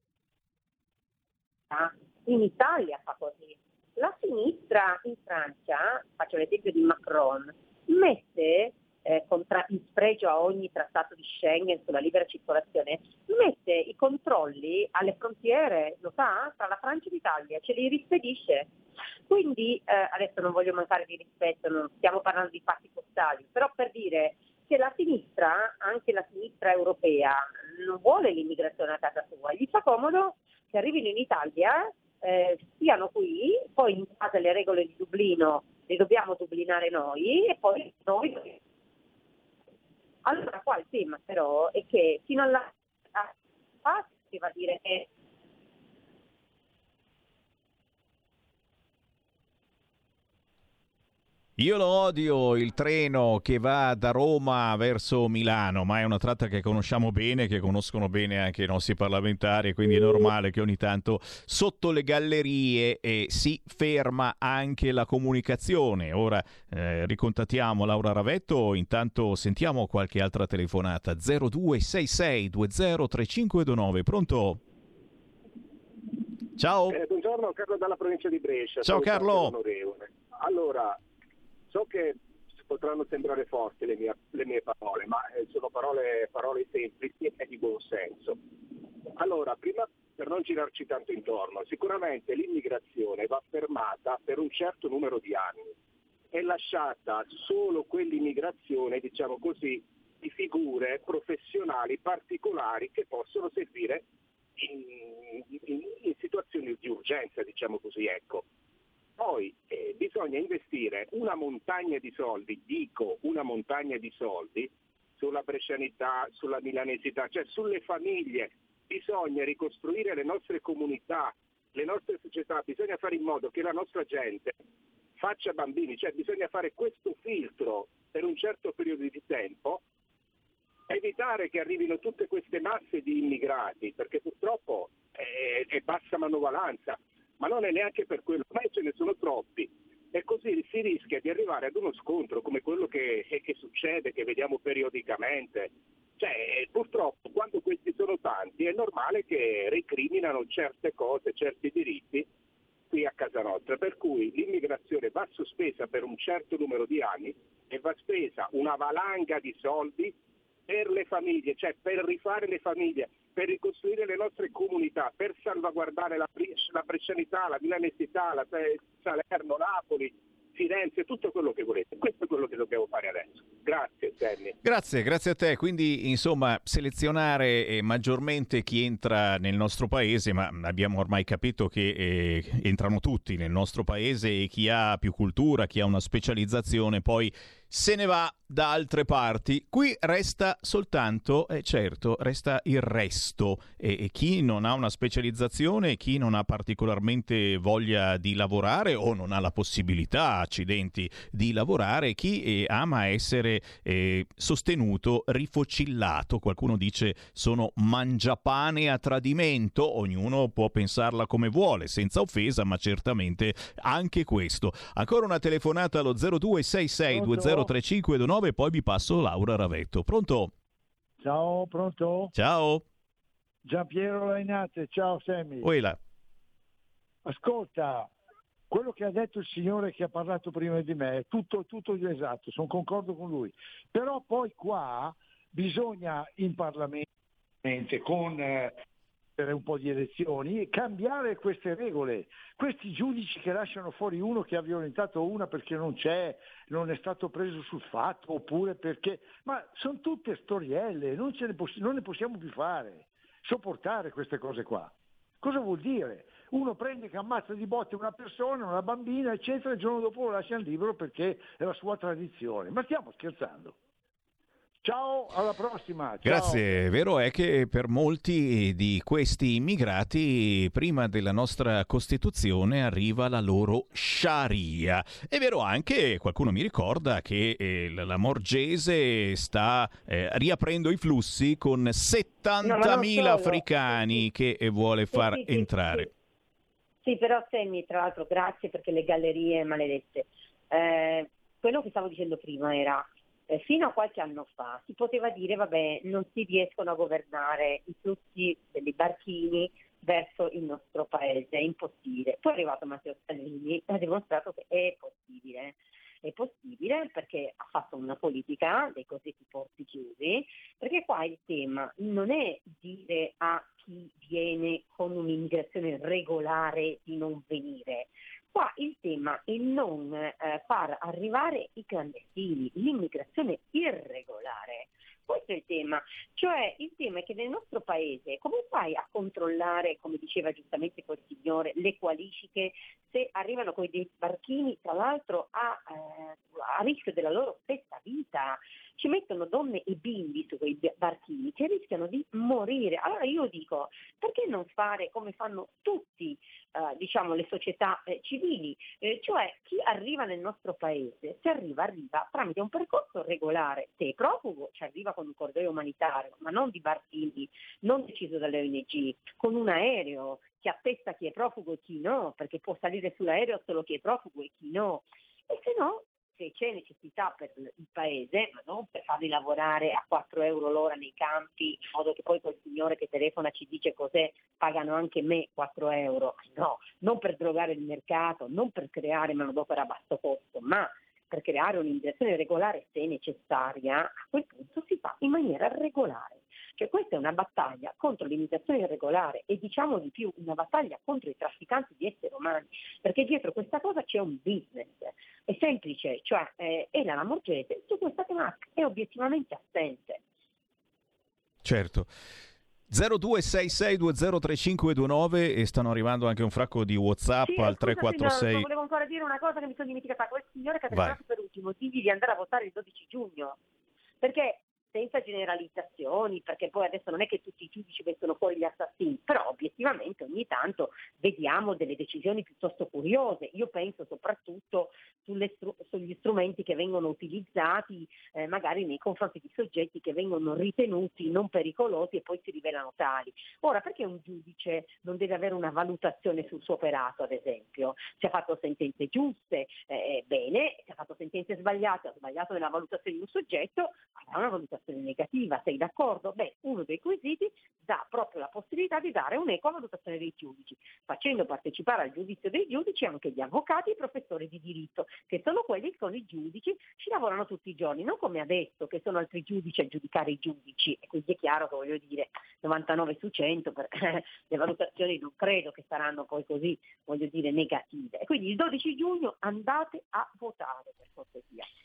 in Italia fa così. La sinistra in Francia, faccio l'esempio di Macron, mette, eh, contra- in spregio a ogni trattato di Schengen sulla libera circolazione, mette i controlli alle frontiere, lo sa, tra la Francia e l'Italia, ce li rispedisce. Quindi, eh, adesso non voglio mancare di rispetto, non stiamo parlando di fatti postali, però per dire che la sinistra, anche la sinistra europea, non vuole l'immigrazione a casa sua, gli fa comodo che arrivino in Italia, Eh, stiano qui, poi in base alle regole di Dublino le dobbiamo dublinare noi e poi noi. Allora qua il tema però è che fino alla fase si va a dire che Io lo odio il treno che va da Roma verso Milano, ma è una tratta che conosciamo bene, che conoscono bene anche i nostri parlamentari, quindi è normale che ogni tanto sotto le gallerie eh, si ferma anche la comunicazione. Ora eh, ricontattiamo Laura Ravetto, intanto sentiamo qualche altra telefonata. zero due sei sei due zero tre cinque due nove, pronto? Ciao. Eh, buongiorno, Carlo dalla provincia di Brescia. Ciao Carlo. Allora, so che potranno sembrare forti le mie, le mie parole, ma eh, sono parole, parole semplici e di buon senso. Allora, prima, per non girarci tanto intorno, sicuramente l'immigrazione va fermata per un certo numero di anni. È lasciata solo quell'immigrazione, diciamo così, di figure professionali particolari che possono servire in, in, in situazioni di urgenza, diciamo così, ecco. Poi eh, bisogna investire una montagna di soldi, dico una montagna di soldi, sulla brescianità, sulla milanesità, cioè sulle famiglie. Bisogna ricostruire le nostre comunità, le nostre società, bisogna fare in modo che la nostra gente faccia bambini, cioè bisogna fare questo filtro per un certo periodo di tempo, evitare che arrivino tutte queste masse di immigrati, perché purtroppo è, è bassa manovalanza. Ma non è neanche per quello, ma ce ne sono troppi e così si rischia di arrivare ad uno scontro come quello che, che succede, che vediamo periodicamente. Cioè, purtroppo quando questi sono tanti è normale che recriminano certe cose, certi diritti qui a casa nostra, per cui l'immigrazione va sospesa per un certo numero di anni e va spesa una valanga di soldi per le famiglie, cioè per rifare le famiglie, per ricostruire le nostre comunità, per salvaguardare la, la brescianità, la milanesità, la Salerno, Napoli, Firenze, tutto quello che volete. Questo è quello che dobbiamo fare adesso. Grazie, Sammy. Grazie, grazie a te. Quindi, insomma, selezionare eh, maggiormente chi entra nel nostro paese, ma abbiamo ormai capito che eh, entrano tutti nel nostro paese e chi ha più cultura, chi ha una specializzazione, poi se ne va da altre parti. Qui resta soltanto, eh, certo, resta il resto. E, e chi non ha una specializzazione, chi non ha particolarmente voglia di lavorare o non ha la possibilità, accidenti, di lavorare, chi eh, ama essere eh, sostenuto, rifocillato. Qualcuno dice sono mangiapane a tradimento, ognuno può pensarla come vuole, senza offesa, ma certamente anche questo. Ancora una telefonata allo zero due sei sei due zero tre cinque due nove, poi vi passo Laura Ravetto. Pronto? Ciao, pronto? Ciao. Giampiero Lainate, ciao Sammy. Uela. Ascolta, quello che ha detto il signore che ha parlato prima di me è tutto, tutto esatto, sono concordo con lui. Però poi qua bisogna in Parlamento, con eh, per un po' di elezioni, cambiare queste regole. Questi giudici che lasciano fuori uno che ha violentato una perché non c'è, non è stato preso sul fatto, oppure perché... Ma sono tutte storielle, non, ce ne, poss- non ne possiamo più fare, sopportare queste cose qua. Cosa vuol dire? Uno prende che ammazza di botte una persona, una bambina, eccetera, e il giorno dopo lo lascia libero perché è la sua tradizione. Ma stiamo scherzando? Ciao, alla prossima. Ciao. Grazie. Vero è che per molti di questi immigrati prima della nostra Costituzione arriva la loro Sharia. È vero anche, qualcuno mi ricorda, che eh, la Morgese sta eh, riaprendo i flussi con settantamila no, africani che eh, vuole far sì, sì, entrare. Sì, sì, però Sammy, tra l'altro grazie perché le gallerie maledette. Eh, quello che stavo dicendo prima era... Eh, fino a qualche anno fa si poteva dire vabbè non si riescono a governare i flussi dei barchini verso il nostro paese, è impossibile. Poi è arrivato Matteo Salvini e ha dimostrato che è possibile. È possibile perché ha fatto una politica dei cosiddetti porti chiusi, perché qua il tema non è dire a chi viene con un'immigrazione regolare di non venire. Qua il tema è non eh, far arrivare i clandestini, l'immigrazione irregolare. Questo è il tema, cioè il tema è che nel nostro paese come fai a controllare, come diceva giustamente quel signore, le qualifiche se arrivano con dei barchini tra l'altro a, eh, a rischio della loro stessa vita? Ci mettono donne e bimbi su quei barchini che rischiano di morire. Allora io dico, perché non fare come fanno tutti eh, diciamo le società eh, civili, eh, cioè chi arriva nel nostro paese, se arriva arriva tramite un percorso regolare, se è profugo ci arriva con un corridoio umanitario, ma non di barchini, non deciso dalle O N G, con un aereo che attesta chi è profugo e chi no, perché può salire sull'aereo solo chi è profugo e chi no, e se no, se c'è necessità per il paese, ma non per farli lavorare a quattro euro l'ora nei campi, in modo che poi quel signore che telefona ci dice cos'è, pagano anche me quattro euro, no, non per drogare il mercato, non per creare manodopera a basso costo, ma per creare un'immigrazione regolare se necessaria, a quel punto si fa in maniera regolare. Cioè questa è una battaglia contro l'immigrazione irregolare e diciamo di più una battaglia contro i trafficanti di esseri umani, perché dietro questa cosa c'è un business, è semplice, cioè eh, Elena Morgese su questa tematica è obiettivamente assente. Certo. zero due sei sei due zero tre cinque due nove e stanno arrivando anche un fracco di WhatsApp sì, al tre quattro sei. Signor, volevo ancora dire una cosa che mi sono dimenticata, quel signore che ha telefonato per ultimo, digli di andare a votare il dodici giugno, perché senza generalizzazioni, perché poi adesso non è che tutti i giudici mettono fuori gli assassini, però obiettivamente ogni tanto vediamo delle decisioni piuttosto curiose. Io penso soprattutto sulle stru- sugli strumenti che vengono utilizzati eh, magari nei confronti di soggetti che vengono ritenuti non pericolosi e poi si rivelano tali. Ora, perché un giudice non deve avere una valutazione sul suo operato, ad esempio? Si ha fatto sentenze giuste, eh, bene, si ha fatto sentenze sbagliate, ha sbagliato nella valutazione di un soggetto, ha una valutazione negativa, sei d'accordo? Beh, uno dei quesiti dà proprio la possibilità di dare un'equa valutazione dei giudici, facendo partecipare al giudizio dei giudici anche gli avvocati e i professori di diritto, che sono quelli che con i giudici ci lavorano tutti i giorni, non come adesso che sono altri giudici a giudicare i giudici, e quindi è chiaro che voglio dire novantanove su cento, perché le valutazioni non credo che saranno poi così, voglio dire, negative. E quindi il dodici giugno andate a votare, per cortesia.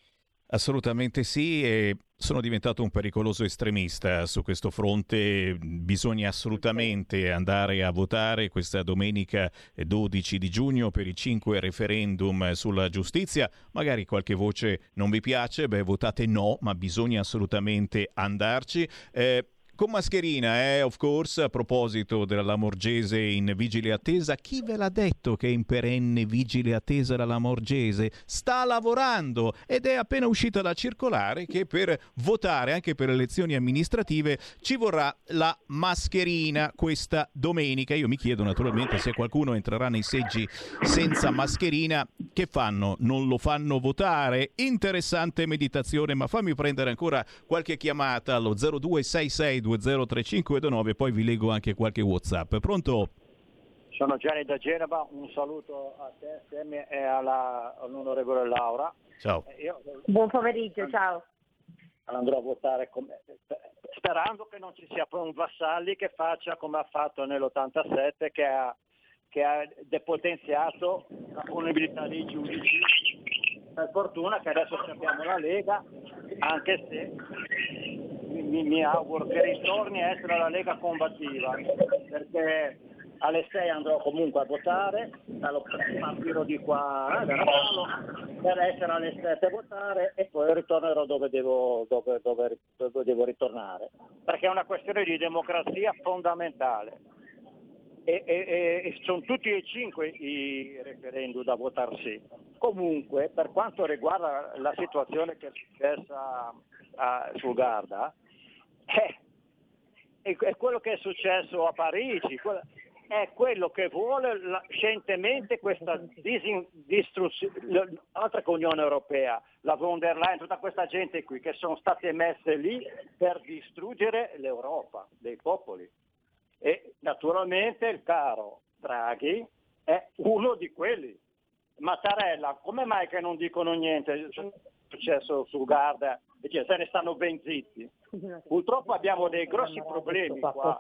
Assolutamente sì, e sono diventato un pericoloso estremista su questo fronte. Bisogna assolutamente andare a votare questa domenica dodici di giugno per i cinque referendum sulla giustizia. Magari qualche voce non vi piace, beh, votate no, ma bisogna assolutamente andarci. Eh, Con mascherina, eh, of course. A proposito della Lamorgese in vigile attesa, chi ve l'ha detto che è in perenne vigile attesa la Lamorgese? Sta lavorando ed è appena uscita la circolare che per votare anche per le elezioni amministrative ci vorrà la mascherina questa domenica. Io mi chiedo naturalmente se qualcuno entrerà nei seggi senza mascherina, che fanno? Non lo fanno votare? Interessante meditazione, ma fammi prendere ancora qualche chiamata allo zero due sei sei due zero tre cinque due nove, poi vi leggo anche qualche WhatsApp. Pronto? Sono Gianni da Genova, un saluto a te Sammy, e alla, all'onorevole Laura. Ciao. Io, Buon pomeriggio, ciao. Andrò a votare come, sperando che non ci sia poi un Vassalli che faccia come ha fatto nell'ottantasette, che ha, che ha depotenziato la punibilità dei giudici. Per fortuna che adesso abbiamo la Lega, anche se mi, mi auguro che ritorni a essere la Lega combattiva, perché alle sei andrò comunque a votare, dallo partito di qua da Napoli, per essere alle sette a votare, e poi ritornerò dove devo, dove, dove, dove devo ritornare, perché è una questione di democrazia fondamentale. E, e, e sono tutti e cinque i referendum da votar sì. Comunque, per quanto riguarda la situazione che è successa a, sul Garda, è, è, è quello che è successo a Parigi, quello, è quello che vuole la, scientemente questa distruzione, altra che Unione Europea, la von der Leyen, tutta questa gente qui che sono state messe lì per distruggere l'Europa dei popoli. E naturalmente il caro Draghi è uno di quelli. Mattarella, come mai che non dicono niente? È successo sul Garda, cioè, se ne stanno ben zitti. Purtroppo abbiamo dei grossi problemi qua.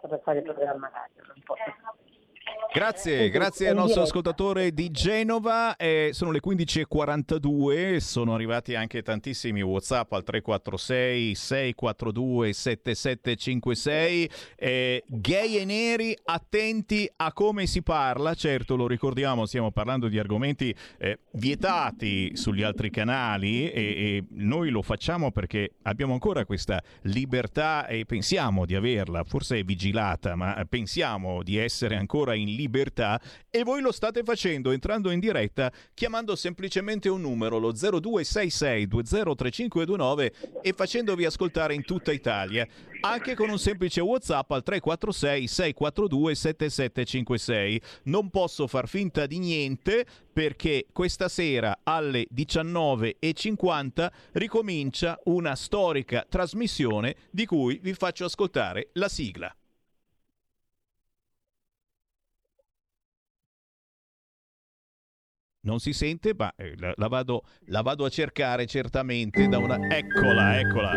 Grazie, grazie al nostro ascoltatore di Genova. Eh, sono le quindici e quarantadue, sono arrivati anche tantissimi WhatsApp al tre quattro sei sei quattro due sette sette cinque sei. Eh, gay e neri, attenti a come si parla. Certo, lo ricordiamo, stiamo parlando di argomenti eh, vietati sugli altri canali e, e noi lo facciamo perché abbiamo ancora questa libertà e pensiamo di averla, forse è vigilata, ma pensiamo di essere ancora in libertà, e voi lo state facendo entrando in diretta chiamando semplicemente un numero, lo zero due sei sei due zero tre cinque due nove, e facendovi ascoltare in tutta Italia, anche con un semplice WhatsApp al tre quattro sei sei quattro due sette sette cinque sei. Non posso far finta di niente perché questa sera alle diciannove e cinquanta ricomincia una storica trasmissione di cui vi faccio ascoltare la sigla. Non si sente, ma eh, la, la, vado, la vado a cercare certamente da una... Eccola, eccola.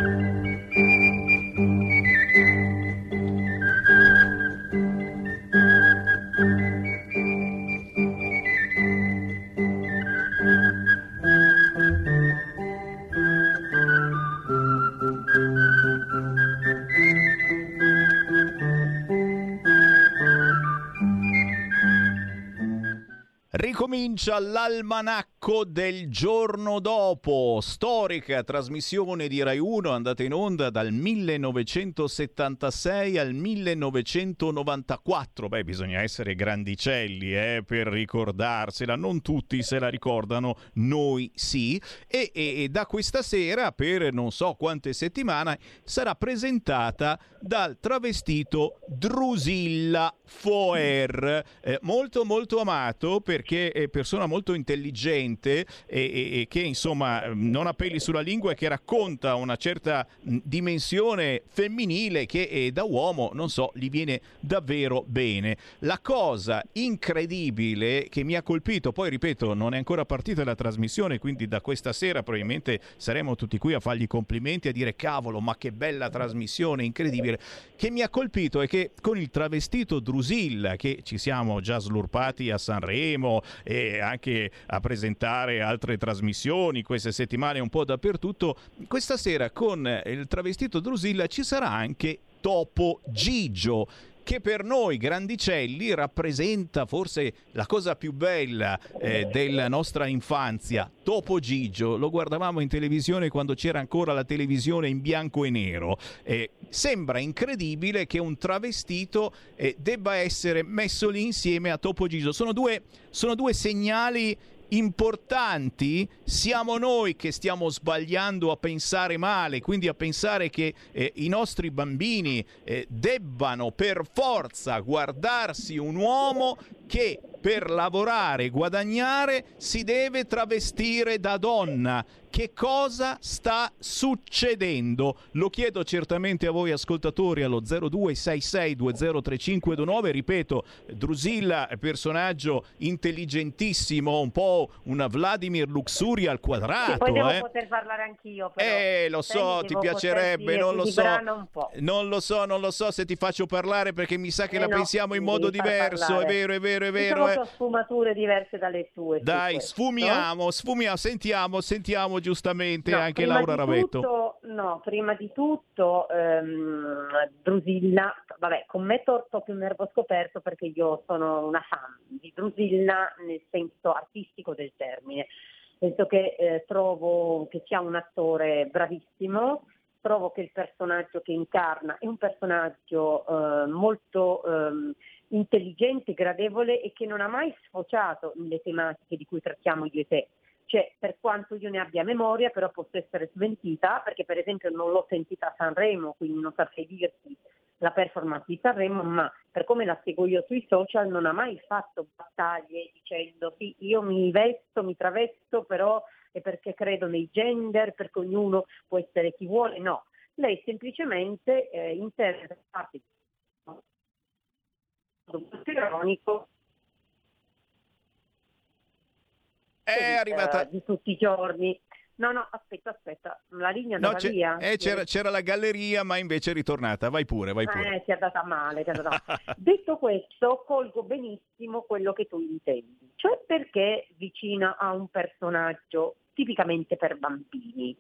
Ricomincia l'almanacco del giorno dopo, storica trasmissione di Rai uno andata in onda dal millenovecentosettantasei al millenovecentonovantaquattro. Beh, bisogna essere grandicelli eh, per ricordarsela, non tutti se la ricordano, noi sì. E, e, e da questa sera, per non so quante settimane, sarà presentata dal travestito Drusilla Foer, eh, molto molto amato perché è persona molto intelligente e, e, e che insomma non ha peli sulla lingua e che racconta una certa dimensione femminile che eh, da uomo, non so, gli viene davvero bene. La cosa incredibile che mi ha colpito, poi ripeto, non è ancora partita la trasmissione, quindi da questa sera probabilmente saremo tutti qui a fargli complimenti, a dire cavolo, ma che bella trasmissione, incredibile. Che mi ha colpito è che con il travestito Drusilla, che ci siamo già slurpati a Sanremo, Milano e anche a presentare altre trasmissioni queste settimane un po' dappertutto. Questa sera con il travestito Drusilla ci sarà anche Topo Gigio, che per noi grandicelli rappresenta forse la cosa più bella eh, della nostra infanzia. Topo Gigio lo guardavamo in televisione quando c'era ancora la televisione in bianco e nero. Eh, sembra incredibile che un travestito eh, debba essere messo lì insieme a Topo Gigio. Sono due, sono due segnali importanti. Siamo noi che stiamo sbagliando a pensare male, quindi a pensare che eh, i nostri bambini eh, debbano per forza guardarsi un uomo che per lavorare e guadagnare si deve travestire da donna. Che cosa sta succedendo? Lo chiedo certamente a voi ascoltatori allo zero due sei sei due zero tre cinque due nove. Ripeto, Drusilla è personaggio intelligentissimo, un po' una Vladimir Luxuria al quadrato. E poi devo eh. poter parlare anch'io, però. Eh, lo so, Senti, ti piacerebbe, non lo so. Un po'. Non lo so, non lo so se ti faccio parlare perché mi sa che eh la no, pensiamo in modo diverso, è vero, è vero, è vero. Diciamo eh. sfumature diverse dalle tue. Dai, sfumiamo, sfumiamo, sentiamo, sentiamo giustamente no, anche Laura Ravetto. Tutto, no, prima di tutto ehm, Drusilla, vabbè, commetto proprio un nervo scoperto perché io sono una fan di Drusilla nel senso artistico del termine. Penso che eh, trovo che sia un attore bravissimo, trovo che il personaggio che incarna è un personaggio eh, molto eh, intelligente, gradevole e che non ha mai sfociato nelle tematiche di cui trattiamo io e te. Cioè, per quanto io ne abbia memoria, però posso essere smentita, perché per esempio non l'ho sentita a Sanremo, quindi non saprei dirti la performance di Sanremo, ma per come la seguo io sui social non ha mai fatto battaglie dicendo sì, io mi vesto, mi travesto, però è perché credo nei gender, perché ognuno può essere chi vuole. No, lei semplicemente eh, interpreta parte ironico è arrivata di, uh, di tutti i giorni. No, no, aspetta, aspetta, la linea no, andava c'è, via. Eh, c'era, c'era la galleria, ma invece è ritornata. Vai pure, vai pure. Eh, ti è andata male, ti è andata male. Detto questo, colgo benissimo quello che tu intendi, cioè perché vicina a un personaggio tipicamente per bambini.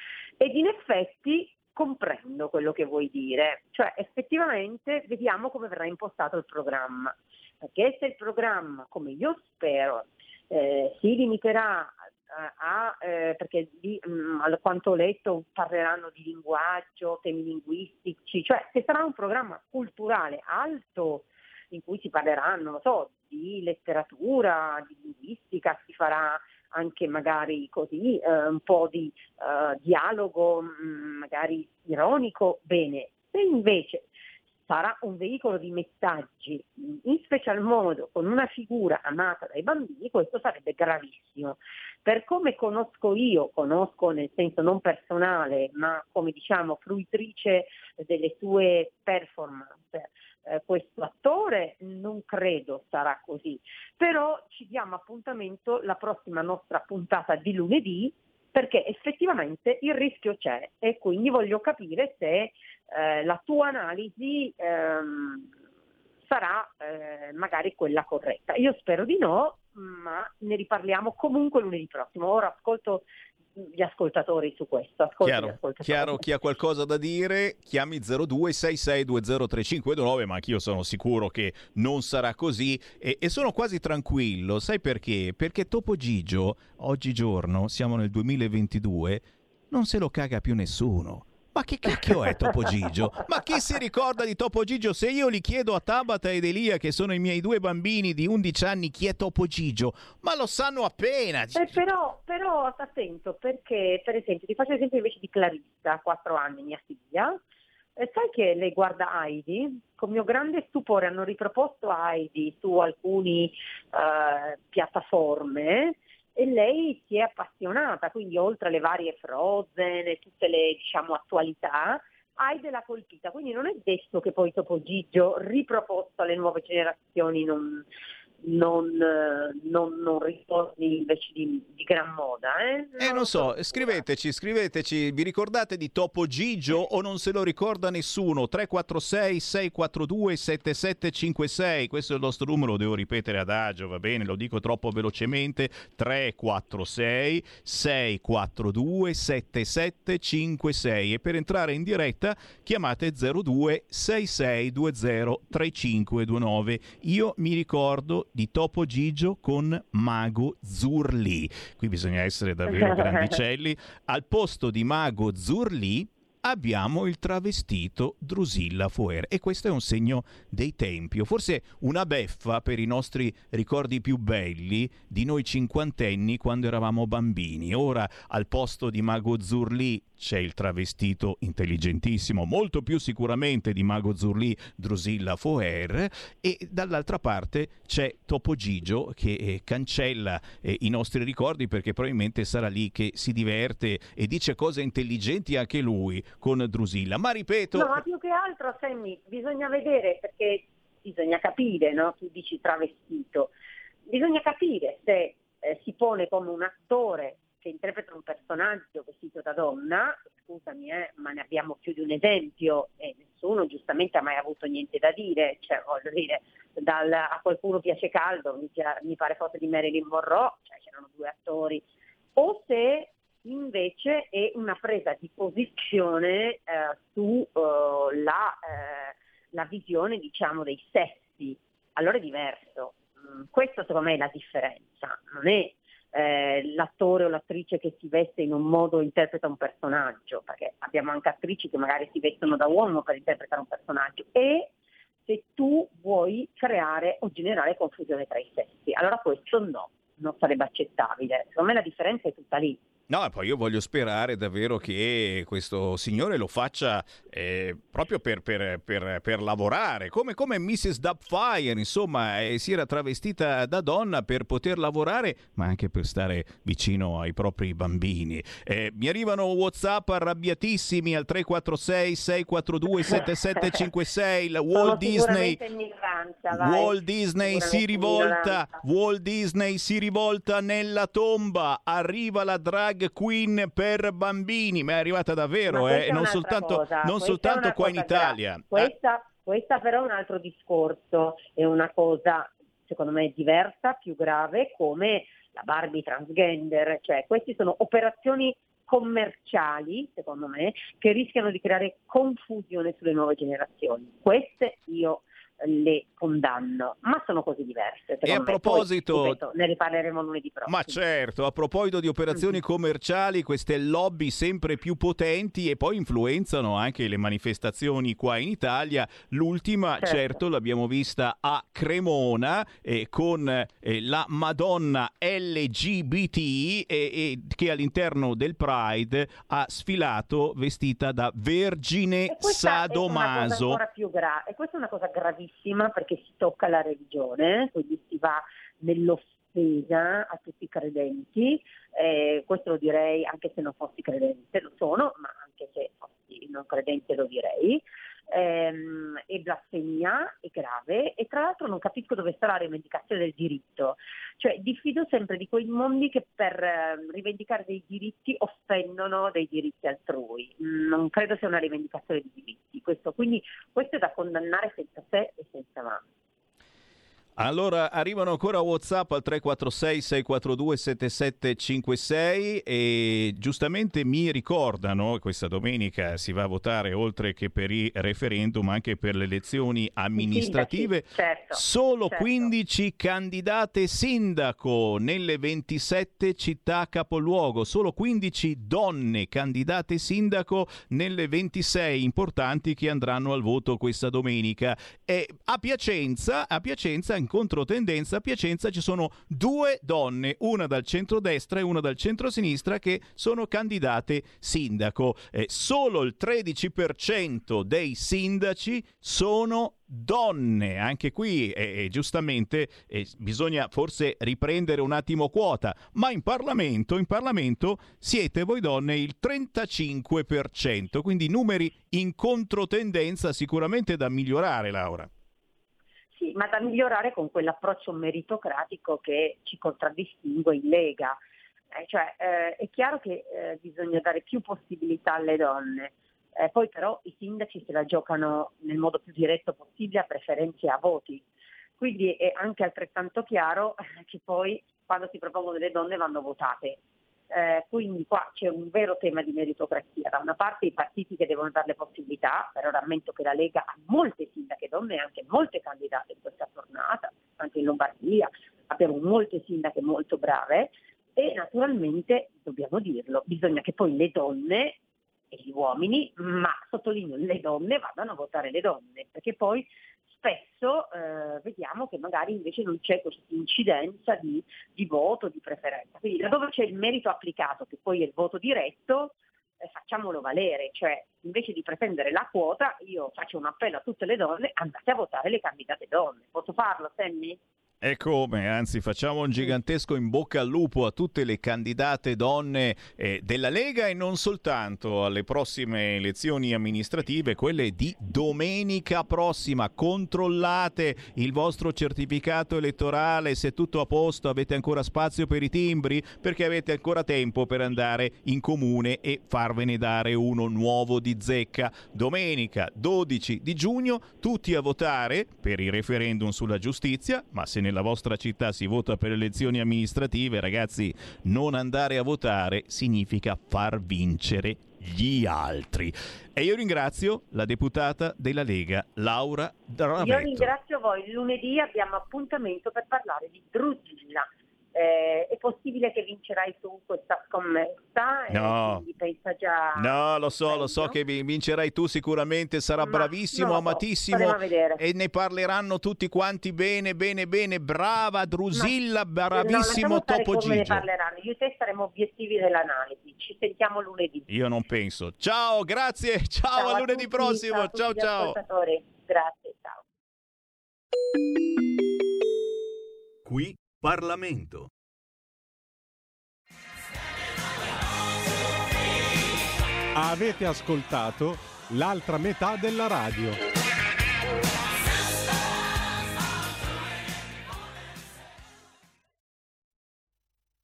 Ed in effetti comprendo quello che vuoi dire, cioè effettivamente vediamo come verrà impostato il programma, perché se il programma, come io spero, eh, si limiterà a, a eh, perché di, mh, a quanto ho letto parleranno di linguaggio, temi linguistici, cioè se sarà un programma culturale alto in cui si parleranno, non lo so, di letteratura, di linguistica, si farà anche magari così eh, un po' di uh, dialogo mh, magari ironico, bene. Se invece sarà un veicolo di messaggi, in special modo con una figura amata dai bambini, questo sarebbe gravissimo. Per come conosco io, conosco nel senso non personale, ma come diciamo fruitrice delle sue performance, eh, questo attore non credo sarà così. Però ci diamo appuntamento la prossima nostra puntata di lunedì, perché effettivamente il rischio c'è e quindi voglio capire se eh, la tua analisi ehm, sarà eh, magari quella corretta. Io spero di no, ma ne riparliamo comunque lunedì prossimo. Ora ascolto gli ascoltatori su questo. Ascolto chiaro, gli ascoltatori. chiaro, chi ha qualcosa da dire chiami zero due sei sei due zero tre cinque due nove, ma anch'io sono sicuro che non sarà così e, e sono quasi tranquillo. Sai perché? Perché Topo Gigio oggigiorno, siamo nel duemilaventidue, non se lo caga più nessuno. Ma che cacchio è Topo Gigio? Ma chi si ricorda di Topo Gigio? Se io li chiedo a Tabata ed Elia, che sono i miei due bambini di undici anni, chi è Topo Gigio? Ma lo sanno appena. Eh, però, però attento, perché per esempio, ti faccio l'esempio invece di Clarissa, quattro anni, mia figlia. Eh, sai che lei guarda Heidi? Con mio grande stupore hanno riproposto Heidi su alcune uh, piattaforme e lei si è appassionata, quindi oltre alle varie Frozen e tutte le diciamo attualità, Heidi l'ha colpita, quindi non è detto che poi Topo Gigio riproposto alle nuove generazioni non, non, non, non ritorni invece di, di gran moda. Eh, eh non so, scriveteci, scriveteci, vi ricordate di Topo Gigio o non se lo ricorda nessuno? tre quattro sei sei quattro due sette sette cinque sei, questo è il nostro numero, lo devo ripetere adagio, va bene, lo dico troppo velocemente, tre quattro sei sei quattro due sette sette cinque sei, e per entrare in diretta chiamate zero due sei sei due zero tre cinque due nove. Io mi ricordo di Topo Gigio con Mago Zurli. Qui bisogna essere davvero grandicelli. Al posto di Mago Zurli abbiamo il travestito Drusilla Foer, e questo è un segno dei tempi, o forse una beffa per i nostri ricordi più belli di noi cinquantenni quando eravamo bambini. Ora al posto di Mago Zurli c'è il travestito intelligentissimo, molto più sicuramente di Mago Zurli, Drusilla Foer, e dall'altra parte c'è Topo Gigio che eh, cancella eh, i nostri ricordi, perché probabilmente sarà lì che si diverte e dice cose intelligenti anche lui con Drusilla. Ma ripeto... No, ma più che altro, Sammy, bisogna vedere, perché bisogna capire, no? Tu dici travestito, bisogna capire se eh, si pone come un attore che interpreta un personaggio vestito da donna, scusami, eh, ma ne abbiamo più di un esempio e nessuno giustamente ha mai avuto niente da dire, cioè voglio dire, dal, a qualcuno piace caldo, mi, pia, mi pare foto di Marilyn Monroe, cioè c'erano due attori, o se invece è una presa di posizione eh, su uh, la, eh, la visione, diciamo, dei sessi, allora è diverso. Mm, questo secondo me è la differenza, non è Eh, l'attore o l'attrice che si veste in un modo e interpreta un personaggio, perché abbiamo anche attrici che magari si vestono da uomo per interpretare un personaggio, e se tu vuoi creare o generare confusione tra i sessi, allora questo no, non sarebbe accettabile. Secondo me la differenza è tutta lì. No, e poi io voglio sperare davvero che questo signore lo faccia eh, proprio per, per, per, per lavorare, come, come missus Doubtfire, insomma, eh, si era travestita da donna per poter lavorare, ma anche per stare vicino ai propri bambini. Eh, mi arrivano WhatsApp arrabbiatissimi al tre quattro sei sei quattro due sette sette cinque sei, la Walt Disney, Walt Disney si rivolta, Walt Disney si rivolta nella tomba, arriva la drag queen per bambini, ma è arrivata davvero, eh, non soltanto, non soltanto qua in Italia. Questa, eh. questa però è un altro discorso, è una cosa secondo me diversa, più grave, come la Barbie transgender, cioè queste sono operazioni commerciali, secondo me, che rischiano di creare confusione sulle nuove generazioni. Queste io le condanno, ma sono cose diverse. E a proposito, poi, ripeto, ne riparleremo lunedì prossimo. Ma certo, a proposito di operazioni mm-hmm. commerciali, queste lobby sempre più potenti e poi influenzano anche le manifestazioni qua in Italia. L'ultima, certo, certo l'abbiamo vista a Cremona eh, con eh, la Madonna L G B T eh, eh, che all'interno del Pride ha sfilato vestita da Vergine Sadomaso. È ancora più grave, e questa è una cosa gravissima, perché si tocca la religione, quindi si va nell'offesa a tutti i credenti, eh, questo lo direi anche se non fossi credente, lo sono, ma anche se fossi non credente lo direi, ehm, è blasfemia, è grave, e tra l'altro non capisco dove sta la rivendicazione del diritto, cioè diffido sempre di quei mondi che per eh, rivendicare dei diritti offendono dei diritti altrui, non credo sia una rivendicazione di diritti, questo, quindi questo è da condannare senza se e senza ma. Allora, arrivano ancora WhatsApp al tre quattro sei sei quattro due sette sette cinque sei e giustamente mi ricordano, questa domenica si va a votare oltre che per i referendum anche per le elezioni amministrative, certo, solo certo. quindici candidate sindaco nelle ventisette città capoluogo, solo quindici donne candidate sindaco nelle ventisei importanti che andranno al voto questa domenica. E a Piacenza, a Piacenza in controtendenza a Piacenza ci sono due donne, una dal centrodestra e una dal centrosinistra, che sono candidate sindaco. Eh, solo il tredici per cento dei sindaci sono donne. Anche qui eh, giustamente eh, bisogna forse riprendere un attimo quota, ma in Parlamento, in Parlamento siete voi donne il trentacinque per cento, quindi numeri in controtendenza, sicuramente da migliorare, Laura. sì, ma da migliorare con quell'approccio meritocratico che ci contraddistingue in Lega. Eh, cioè, eh, è chiaro che eh, bisogna dare più possibilità alle donne, eh, poi però i sindaci se la giocano nel modo più diretto possibile a preferenze e a voti. Quindi è anche altrettanto chiaro che poi quando si propongono delle donne vanno votate. Eh, quindi qua c'è un vero tema di meritocrazia. Da una parte i partiti che devono dare le possibilità, però rammento che la Lega ha molte sindache donne e anche molte candidate in questa tornata, anche in Lombardia abbiamo molte sindache molto brave e naturalmente, dobbiamo dirlo, bisogna che poi le donne e gli uomini, ma sottolineo le donne, vadano a votare le donne, perché poi spesso eh, vediamo che magari invece non c'è questa incidenza di, di voto, di preferenza. Quindi da dove c'è il merito applicato, che poi è il voto diretto, eh, facciamolo valere, cioè invece di pretendere la quota io faccio un appello a tutte le donne, andate a votare le candidate donne. Posso farlo, Sammy? E come, anzi facciamo un gigantesco in bocca al lupo a tutte le candidate donne eh, della Lega e non soltanto alle prossime elezioni amministrative, quelle di domenica prossima. Controllate il vostro certificato elettorale, se è tutto a posto, avete ancora spazio per i timbri, perché avete ancora tempo per andare in comune e farvene dare uno nuovo di zecca. Domenica dodici di giugno, tutti a votare per il referendum sulla giustizia, ma se nella vostra città si vota per elezioni amministrative, ragazzi, non andare a votare significa far vincere gli altri. E io ringrazio la deputata della Lega, Laura Ravetto. Io ringrazio voi. Lunedì abbiamo appuntamento per parlare di Drusilla. Eh, è possibile che vincerai tu questa scommessa? No, eh, pensa già no, lo so, meglio. lo so che vincerai tu sicuramente, sarà Ma bravissimo, no, amatissimo e ne parleranno tutti quanti bene, bene, bene, brava Drusilla, Ma, bravissimo no, Topo come Gigio. ne parleranno. Io e te saremo obiettivi dell'analisi, ci sentiamo lunedì. Io non penso. Ciao, grazie, ciao, Ciao a a lunedì tutti, prossimo, ciao a ciao tutti gli ciao. ascoltatori. Grazie, ciao. Qui Parlamento. Avete ascoltato l'altra metà della radio.